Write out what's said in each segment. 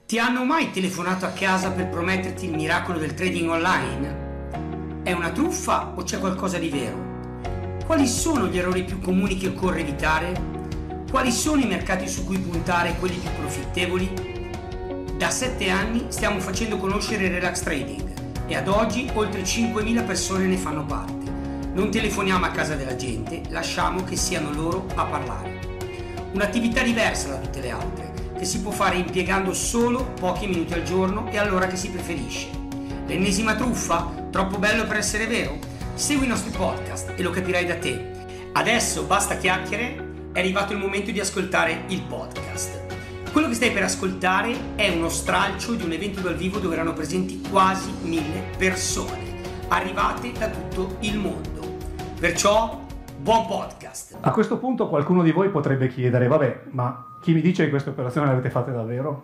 Ti hanno mai telefonato a casa per prometterti il miracolo del trading online? È una truffa o c'è qualcosa di vero? Quali sono gli errori più comuni che occorre evitare? Quali sono i mercati su cui puntare e quelli più profittevoli? Da 7 anni stiamo facendo conoscere il Relax Trading e ad oggi oltre 5.000 persone ne fanno parte. Non telefoniamo a casa della gente, lasciamo che siano loro a parlare. Un'attività diversa da tutte le altre, che si può fare impiegando solo pochi minuti al giorno e all'ora che si preferisce. L'ennesima truffa? Troppo bello per essere vero? Segui i nostri podcast e lo capirai da te. Adesso basta chiacchiere, è arrivato il momento di ascoltare il podcast. Quello che stai per ascoltare è uno stralcio di un evento dal vivo dove erano presenti quasi 1.000 persone, arrivate da tutto il mondo. Perciò, buon podcast! A questo punto qualcuno di voi potrebbe chiedere, vabbè, ma chi mi dice che queste operazioni le avete fatte davvero?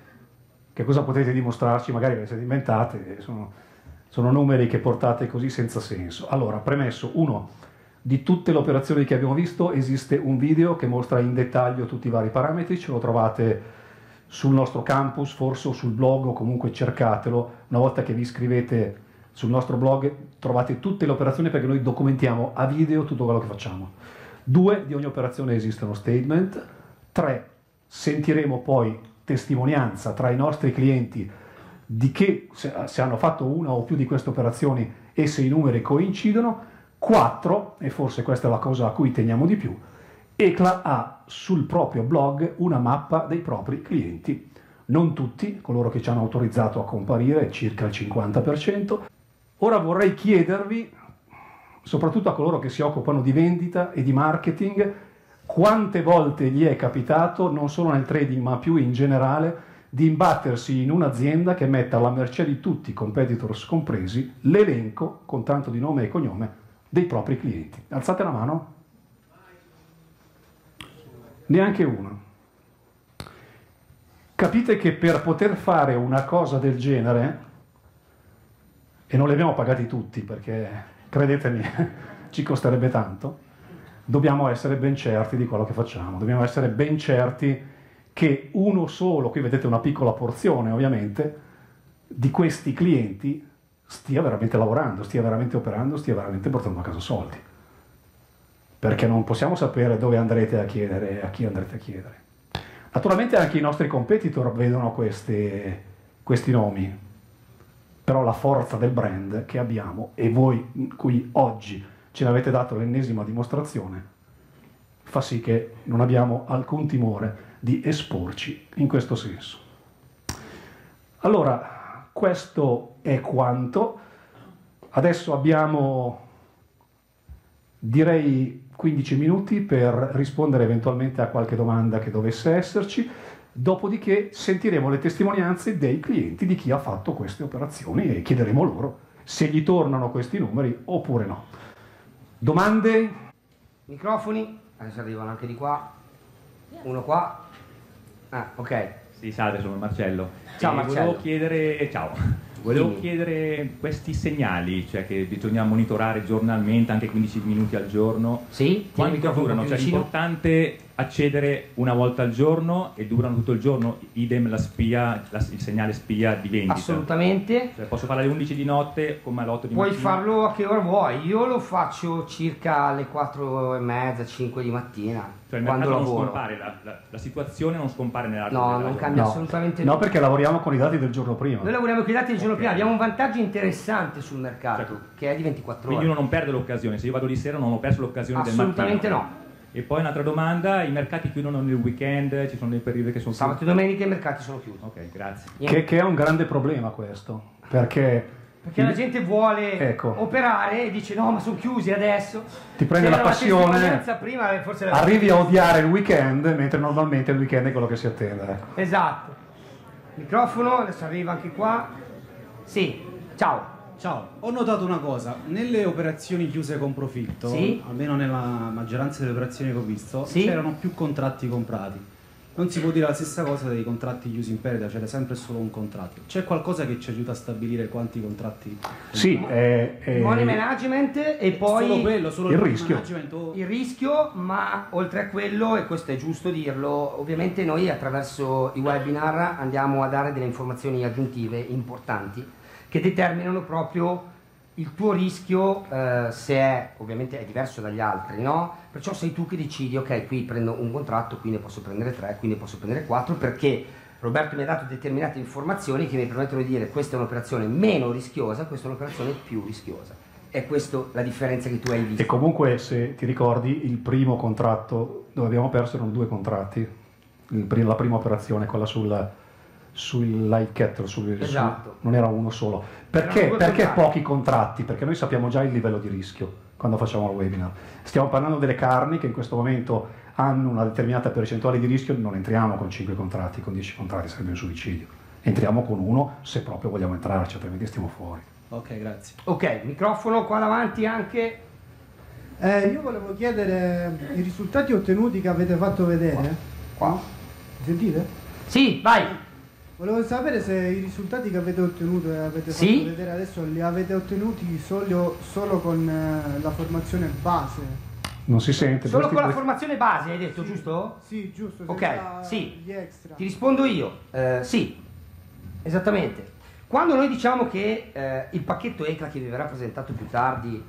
Che cosa potete dimostrarci? Magari ve le siete inventate, sono numeri che portate così senza senso. Allora, premesso, uno, di tutte le operazioni che abbiamo visto esiste un video che mostra in dettaglio tutti i vari parametri, ce lo trovate sul nostro campus, forse o sul blog, o comunque cercatelo. Una volta che vi iscrivete sul nostro blog trovate tutte le operazioni, perché noi documentiamo a video tutto quello che facciamo. 2, di ogni operazione esiste uno statement. 3, sentiremo poi testimonianza tra i nostri clienti di che se hanno fatto una o più di queste operazioni e se i numeri coincidono. 4, e forse questa è la cosa a cui teniamo di più, ECLA ha sul proprio blog una mappa dei propri clienti. Non tutti, coloro che ci hanno autorizzato a comparire, circa il 50%. Ora vorrei chiedervi, soprattutto a coloro che si occupano di vendita e di marketing, quante volte gli è capitato, non solo nel trading ma più in generale, di imbattersi in un'azienda che metta alla mercé di tutti, competitors compresi, l'elenco, con tanto di nome e cognome, dei propri clienti. Alzate la mano. Neanche uno. Capite che per poter fare una cosa del genere, e non li abbiamo pagati tutti perché, credetemi, ci costerebbe tanto, dobbiamo essere ben certi di quello che facciamo, dobbiamo essere ben certi che uno solo, qui vedete una piccola porzione ovviamente, di questi clienti stia veramente lavorando, stia veramente operando, stia veramente portando a casa soldi. Perché non possiamo sapere dove andrete a chiedere e a chi andrete a chiedere. Naturalmente anche i nostri competitor vedono questi nomi, però la forza del brand che abbiamo, e voi qui oggi ce ne avete dato l'ennesima dimostrazione, fa sì che non abbiamo alcun timore di esporci in questo senso. Allora, questo è quanto. Adesso abbiamo, direi, 15 minuti per rispondere eventualmente a qualche domanda che dovesse esserci. Dopodiché sentiremo le testimonianze dei clienti di chi ha fatto queste operazioni e chiederemo loro se gli tornano questi numeri oppure no. Domande? Microfoni? Adesso arrivano anche di qua. Uno qua. Ah, ok. Sì, salve, sono Marcello. Ciao Marcello. Volevo chiedere questi segnali, cioè che bisogna monitorare giornalmente, anche 15 minuti al giorno. Sì? Quanto durano? Cioè, l'importante accedere una volta al giorno e durano tutto il giorno, idem la spia, il segnale spia di vendita. Assolutamente. Cioè, posso farlo alle 11 di notte come alle 8 di Puoi mattina? farlo a che ora vuoi. Io lo faccio circa alle 4:30, 5 di mattina. Cioè il quando mercato lavoro. non scompare, la situazione non scompare nell'arco No, della non giornata. cambia assolutamente No, nulla. perché lavoriamo con i dati del giorno prima. Noi lavoriamo con i dati del giorno Ok. prima, abbiamo un vantaggio interessante sul mercato, Certo. che è di 24 Quindi ore. uno non perde l'occasione, se io vado di sera non ho perso l'occasione del mattino. Assolutamente no. E poi un'altra domanda, i mercati chiudono nel weekend, ci sono dei periodi che sono Sabato e domenica i mercati sono chiusi. Ok, grazie. Che è un grande problema questo, perché La gente vuole Ecco. operare e dice no, ma sono chiusi adesso. ti prende la C'era passione, testimonianza prima, forse la- arrivi a odiare il weekend, mentre normalmente il weekend è quello che si attende. Ecco. Esatto. Microfono, adesso arriva anche qua. Sì, ciao. Ciao, ho notato una cosa, nelle operazioni chiuse con profitto, Sì. almeno nella maggioranza delle operazioni che ho visto, Sì. c'erano più contratti comprati. non si può dire la stessa cosa dei contratti chiusi in perdita, cioè sempre solo un contratto. C'è qualcosa che ci aiuta a stabilire quanti contratti? Sì, Money management e poi solo quello, solo il money rischio. management o- il rischio, ma oltre a quello, e questo è giusto dirlo, ovviamente noi attraverso i webinar andiamo a dare delle informazioni aggiuntive importanti che determinano proprio il tuo rischio, se è, ovviamente è diverso dagli altri, no? Perciò sei tu che decidi, ok, qui prendo un contratto, qui ne posso prendere 3, qui ne posso prendere 4, perché Roberto mi ha dato determinate informazioni che mi permettono di dire questa è un'operazione meno rischiosa, questa è un'operazione più rischiosa. È questa la differenza che tu hai visto. E comunque, se ti ricordi, il primo contratto dove abbiamo perso erano 2 contratti. La prima operazione, quella sul light cattle, Esatto. non era uno solo. Erano Perché 2 contratti. pochi contratti? Perché noi sappiamo già il livello di rischio quando facciamo il webinar. Stiamo parlando delle carni che in questo momento hanno una determinata percentuale di rischio, non entriamo con 5 contratti, con 10 contratti sarebbe un suicidio. Entriamo con uno se proprio vogliamo entrarci, altrimenti stiamo fuori. Ok, grazie. Ok, microfono qua davanti anche. Io volevo chiedere i risultati ottenuti che avete fatto vedere. Qua. Mi sentite? Sì, vai. Volevo sapere se i risultati che avete ottenuto e avete Sì. fatto vedere adesso li avete ottenuti solo con la formazione base. Non si sente. Solo con la questi- formazione base hai detto, giusto? Sì, giusto. Ok, senza sì. Gli extra. Ti rispondo io. Sì, esattamente. Quando noi diciamo che il pacchetto ECLA che vi verrà presentato più tardi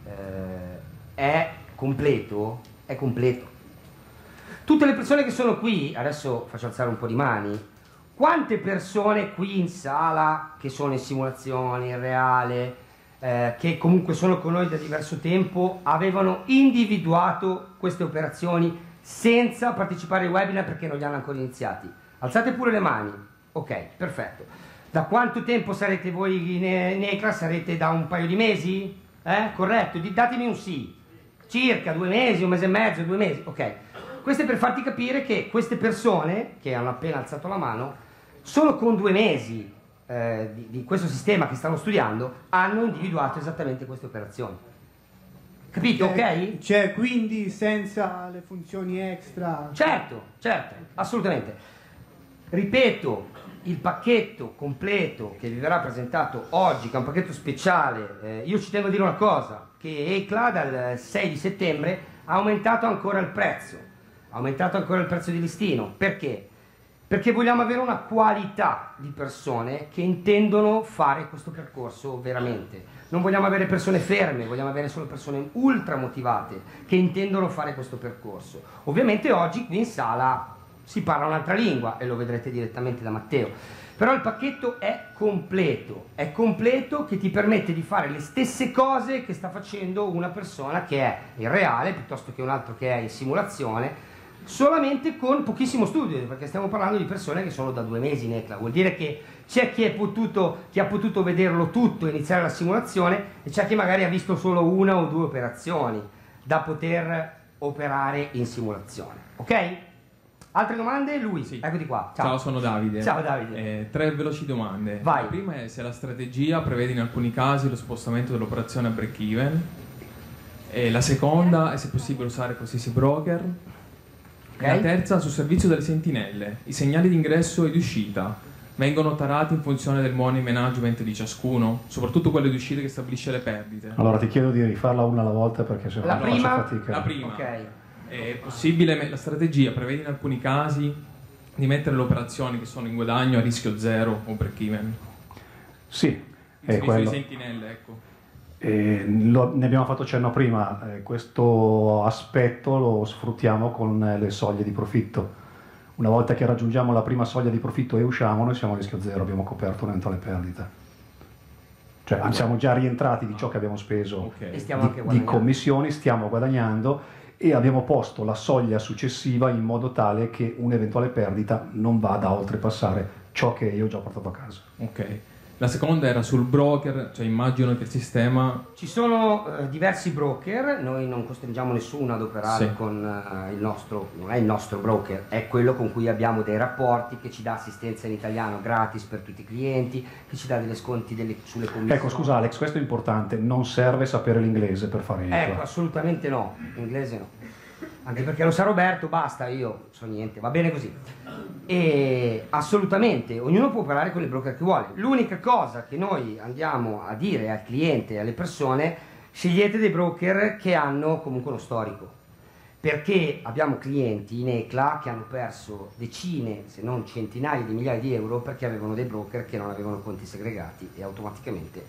è completo, è completo. Tutte le persone che sono qui, adesso faccio alzare un po' di mani, quante persone qui in sala che sono in simulazione, in reale, che comunque sono con noi da diverso tempo, avevano individuato queste operazioni senza partecipare ai webinar perché non li hanno ancora iniziati? Alzate pure le mani. Ok, perfetto. Da quanto tempo sarete voi in ECLA? Sarete da un paio di mesi? Corretto? Datemi un sì. Circa 2 mesi, 1 mese e mezzo, 2 mesi. Ok. Questo è per farti capire che queste persone che hanno appena alzato la mano, solo con 2 mesi di questo sistema che stanno studiando, hanno individuato esattamente queste operazioni. Capito? Ok? Cioè, quindi senza le funzioni extra. Certo, assolutamente. Ripeto, il pacchetto completo che vi verrà presentato oggi, che è un pacchetto speciale, io ci tengo a dire una cosa, che ECLA dal 6 di settembre ha aumentato ancora il prezzo, di listino. Perché? Perché vogliamo avere una qualità di persone che intendono fare questo percorso veramente. Non vogliamo avere persone ferme, vogliamo avere solo persone ultra motivate che intendono fare questo percorso. Ovviamente oggi qui in sala si parla un'altra lingua e lo vedrete direttamente da Matteo. Però il pacchetto è completo che ti permette di fare le stesse cose che sta facendo una persona che è in reale piuttosto che un altro che è in simulazione, solamente con pochissimo studio, perché stiamo parlando di persone che sono da 2 mesi in ECLA. Vuol dire che c'è chi ha potuto vederlo tutto e iniziare la simulazione, e c'è chi magari ha visto solo 1 o 2 operazioni da poter operare in simulazione. Ok? Altre domande? Lui, Sì. eccoti qua. Ciao, sono Davide. Ciao Davide. 3 veloci domande. Vai. La prima è se la strategia prevede in alcuni casi lo spostamento dell'operazione a break-even. E la seconda è se è possibile usare qualsiasi broker. Ok. La terza sul servizio delle sentinelle. I segnali di ingresso e di uscita vengono tarati in funzione del money management di ciascuno, soprattutto quello di uscita che stabilisce le perdite. Allora ti chiedo di rifarla una alla volta perché se no La faccio prima? fatica. La prima. Ok. È possibile, la strategia prevede in alcuni casi di mettere le operazioni che sono in guadagno a rischio zero o break-even. Sì, Il è servizio di quello. sentinelle, ecco. Ne abbiamo fatto cenno prima, questo aspetto lo sfruttiamo con le soglie di profitto. Una volta che raggiungiamo la prima soglia di profitto e usciamo, noi siamo a rischio zero, abbiamo coperto un'eventuale perdita. Cioè siamo già rientrati di ciò che abbiamo speso Ok. E stiamo anche di guadagnando. commissioni, stiamo guadagnando e abbiamo posto la soglia successiva in modo tale che un'eventuale perdita non vada a oltrepassare ciò che io ho già portato a casa. Ok. La seconda era sul broker, cioè immagino che il sistema... Ci sono diversi broker, noi non costringiamo nessuno ad operare Sì. con il nostro, non è il nostro broker, è quello con cui abbiamo dei rapporti, che ci dà assistenza in italiano gratis per tutti i clienti, che ci dà degli sconti sulle commissioni. Ecco, scusa Alex, questo è importante, non serve sapere l'inglese per fare Ecco, assolutamente no, in inglese no. Anche perché lo sa Roberto, basta, io so niente, va bene così. E assolutamente, ognuno può parlare con il broker che vuole. L'unica cosa che noi andiamo a dire al cliente e alle persone: scegliete dei broker che hanno comunque uno storico, perché abbiamo clienti in ECLA che hanno perso decine, se non centinaia di migliaia di euro perché avevano dei broker che non avevano conti segregati e automaticamente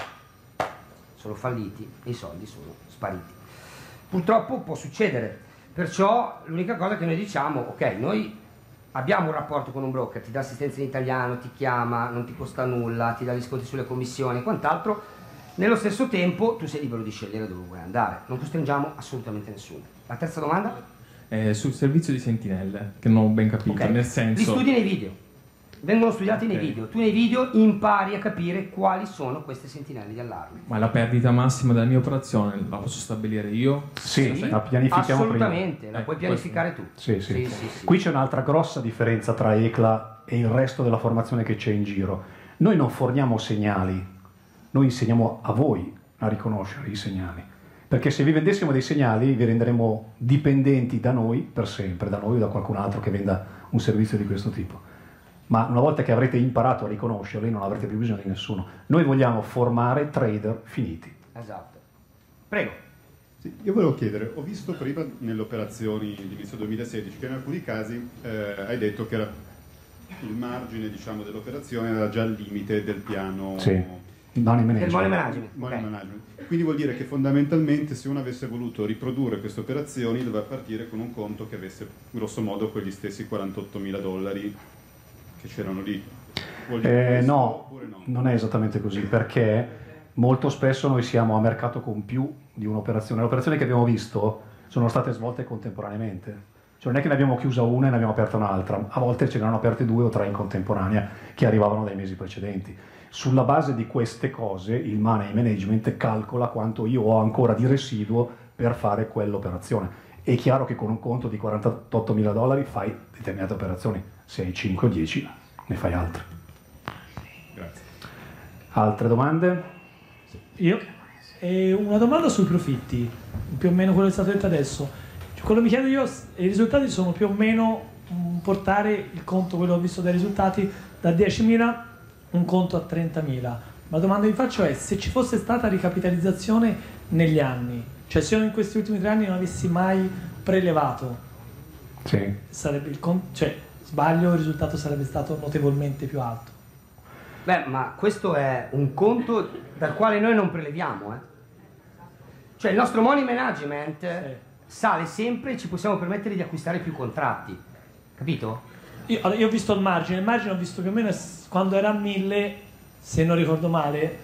sono falliti e i soldi sono spariti. Purtroppo può succedere, perciò l'unica cosa che noi diciamo: ok, noi abbiamo un rapporto con un broker, ti dà assistenza in italiano, ti chiama, non ti costa nulla, ti dà gli sconti sulle commissioni e quant'altro. Nello stesso tempo tu sei libero di scegliere dove vuoi andare, non costringiamo assolutamente nessuno. La terza domanda? Sul servizio di sentinelle, che non ho ben capito, Okay. nel senso... Li studi nei video, vengono studiati nei video, tu nei video impari a capire quali sono queste sentinelle di allarme. Ma la perdita massima della mia operazione la posso stabilire io? Sì, la pianifichiamo assolutamente, prima. la puoi pianificare tu. Sì. Sì. Qui c'è un'altra grossa differenza tra ECLA e il resto della formazione che c'è in giro. Noi non forniamo segnali, noi insegniamo a voi a riconoscere i segnali. Perché se vi vendessimo dei segnali vi renderemo dipendenti da noi per sempre, da noi o da qualcun altro che venda un servizio di questo tipo. Ma una volta che avrete imparato a riconoscerli non avrete più bisogno di nessuno. Noi vogliamo formare trader finiti. Esatto. Prego. Sì, io volevo chiedere, ho visto prima nelle operazioni di inizio 2016 che in alcuni casi hai detto che era il margine, diciamo, dell'operazione era già al limite del piano... Sì. Money management. Del money management. Money Ok. management. Quindi vuol dire che fondamentalmente se uno avesse voluto riprodurre queste operazioni doveva partire con un conto che avesse grosso modo quegli stessi $48.000 che c'erano lì. Vuol dire questo, No, oppure no? non è esattamente così, perché molto spesso noi siamo a mercato con più di un'operazione. Le operazioni che abbiamo visto sono state svolte contemporaneamente. Cioè non è che ne abbiamo chiusa una e ne abbiamo aperta un'altra, a volte ce ne erano aperte 2 o 3 in contemporanea che arrivavano dai mesi precedenti. Sulla base di queste cose il money management calcola quanto io ho ancora di residuo per fare quell'operazione. È chiaro che con un conto di $48.000 fai determinate operazioni, se hai 5 o 10 ne fai altre. Grazie. Altre domande? Io? Una domanda sui profitti, più o meno quello che è stato detto adesso. Cioè, quello che mi chiedo io, i risultati sono più o meno portare il conto, quello che ho visto dai risultati, da 10.000 un conto a 30.000. Ma la domanda che vi faccio è: se ci fosse stata ricapitalizzazione negli anni, cioè se io in questi ultimi 3 anni non avessi mai prelevato, Sì. sarebbe cioè, sbaglio, il risultato sarebbe stato notevolmente più alto. Beh, ma questo è un conto dal quale noi non preleviamo, Cioè il nostro money management sale sempre e ci possiamo permettere di acquistare più contratti, capito? Io ho visto il margine ho visto più o meno quando era a 1.000, se non ricordo male,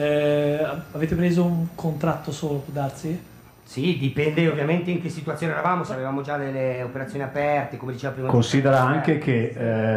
avete preso un contratto solo, può darsi? Sì, dipende ovviamente in che situazione eravamo, se avevamo già delle operazioni aperte, come diceva prima. Considera anche che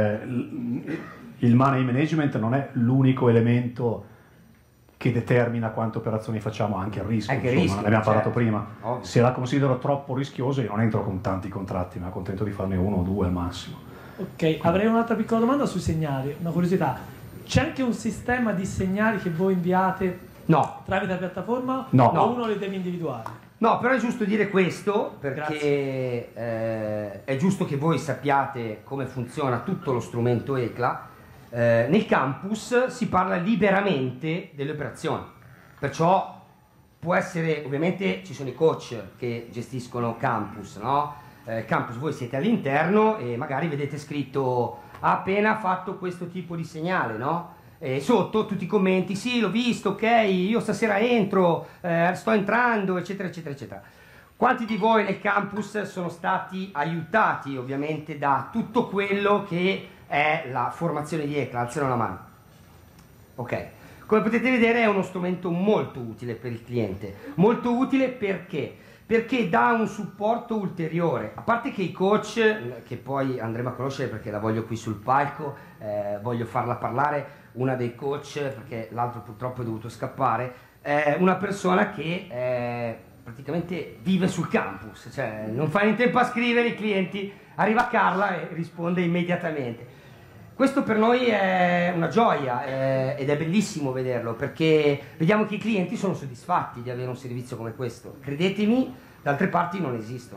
il money management non è l'unico elemento che determina quante operazioni facciamo, anche il rischio. Anche il insomma, rischio, ne abbiamo parlato certo. prima. Ovvio. Se la considero troppo rischiosa io non entro con tanti contratti, ma contento di farne 1 o 2 al massimo. Ok, avrei un'altra piccola domanda sui segnali, una curiosità. C'è anche un sistema di segnali che voi inviate No. tramite la piattaforma? No. O uno li deve individuare? No, però è giusto dire questo perché è giusto che voi sappiate come funziona tutto lo strumento ECLA. Nel campus si parla liberamente delle operazioni, perciò può essere, ovviamente ci sono i coach che gestiscono campus, no? Campus, voi siete all'interno e magari vedete scritto ha appena fatto questo tipo di segnale, no? E sotto tutti i commenti, sì l'ho visto, ok, io stasera entro, sto entrando, eccetera eccetera eccetera. Quanti di voi nel campus sono stati aiutati ovviamente da tutto quello che è la formazione di ECLA? Alzano la mano. Ok, come potete vedere è uno strumento molto utile per il cliente, molto utile perché? Perché dà un supporto ulteriore, a parte che i coach, che poi andremo a conoscere perché la voglio qui sul palco, voglio farla parlare, una dei coach, perché l'altro purtroppo è dovuto scappare, è una persona che praticamente vive sul campus, cioè non fa in tempo a scrivere i clienti, arriva Carla e risponde immediatamente. Questo per noi è una gioia ed è bellissimo vederlo perché vediamo che i clienti sono soddisfatti di avere un servizio come questo. Credetemi, da altre parti non esistono.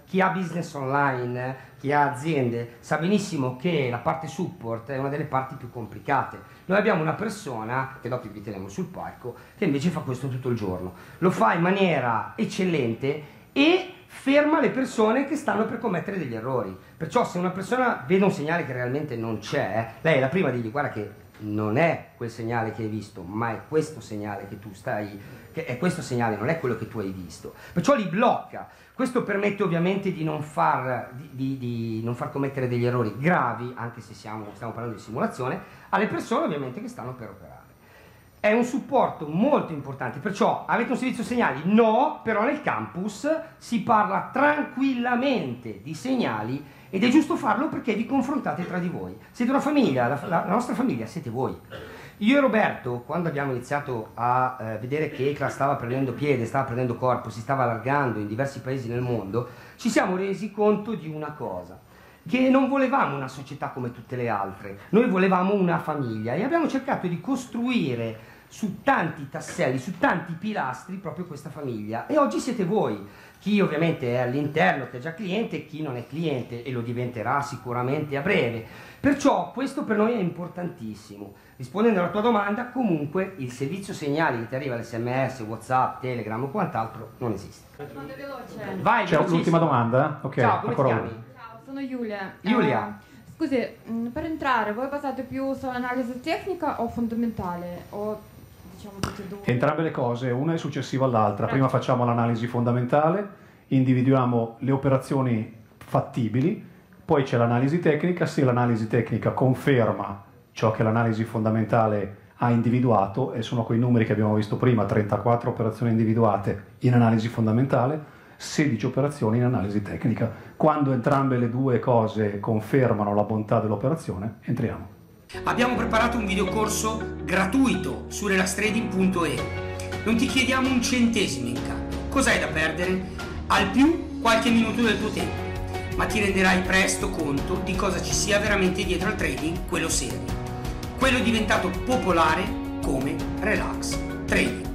chi ha business online, chi ha aziende, sa benissimo che la parte support è una delle parti più complicate. Noi abbiamo una persona, che dopo inviteremo sul palco, che invece fa questo tutto il giorno. Lo fa in maniera eccellente e ferma le persone che stanno per commettere degli errori. Perciò se una persona vede un segnale che realmente non c'è, lei è la prima a dirgli: guarda che non è quel segnale che hai visto, ma è questo segnale che tu che è questo segnale, non è quello che tu hai visto. Perciò li blocca. Questo permette ovviamente di non far commettere degli errori gravi, anche se stiamo parlando di simulazione, alle persone ovviamente che stanno per operare. È un supporto molto importante, perciò avete un servizio segnali? No, però nel campus si parla tranquillamente di segnali ed è giusto farlo perché vi confrontate tra di voi. Siete una famiglia, la nostra famiglia siete voi. Io e Roberto, quando abbiamo iniziato a vedere che ECLA stava prendendo piede, stava prendendo corpo, si stava allargando in diversi paesi nel mondo, ci siamo resi conto di una cosa: che non volevamo una società come tutte le altre, noi volevamo una famiglia e abbiamo cercato di costruire su tanti tasselli, su tanti pilastri proprio questa famiglia, e oggi siete voi, chi ovviamente è all'interno, che è già cliente, e chi non è cliente e lo diventerà sicuramente a breve. Perciò questo per noi è importantissimo. Rispondendo alla tua domanda, comunque il servizio segnali che ti arriva l'SMS, WhatsApp, Telegram o quant'altro non esiste. Vai, c'è l'ultima domanda? Ok, ciao, come ti chiami? Ciao, sono Giulia. Giulia. Scusi, per entrare voi basate più sull'analisi tecnica o fondamentale? O diciamo tutte e due? Entrambe le cose, una è successiva all'altra. Prima facciamo l'analisi fondamentale, individuiamo le operazioni fattibili, poi c'è l'analisi tecnica. Se l'analisi tecnica conferma ciò che l'analisi fondamentale ha individuato, e sono quei numeri che abbiamo visto prima, 34 operazioni individuate in analisi fondamentale, 16 operazioni in analisi tecnica. Quando entrambe le due cose confermano la bontà dell'operazione, entriamo. Abbiamo preparato un videocorso gratuito su relaxtrading.e. Non ti chiediamo un centesimo in cambio. Cos'hai da perdere? Al più qualche minuto del tuo tempo, ma ti renderai presto conto di cosa ci sia veramente dietro al trading, quello serio, quello diventato popolare come Relax Trading.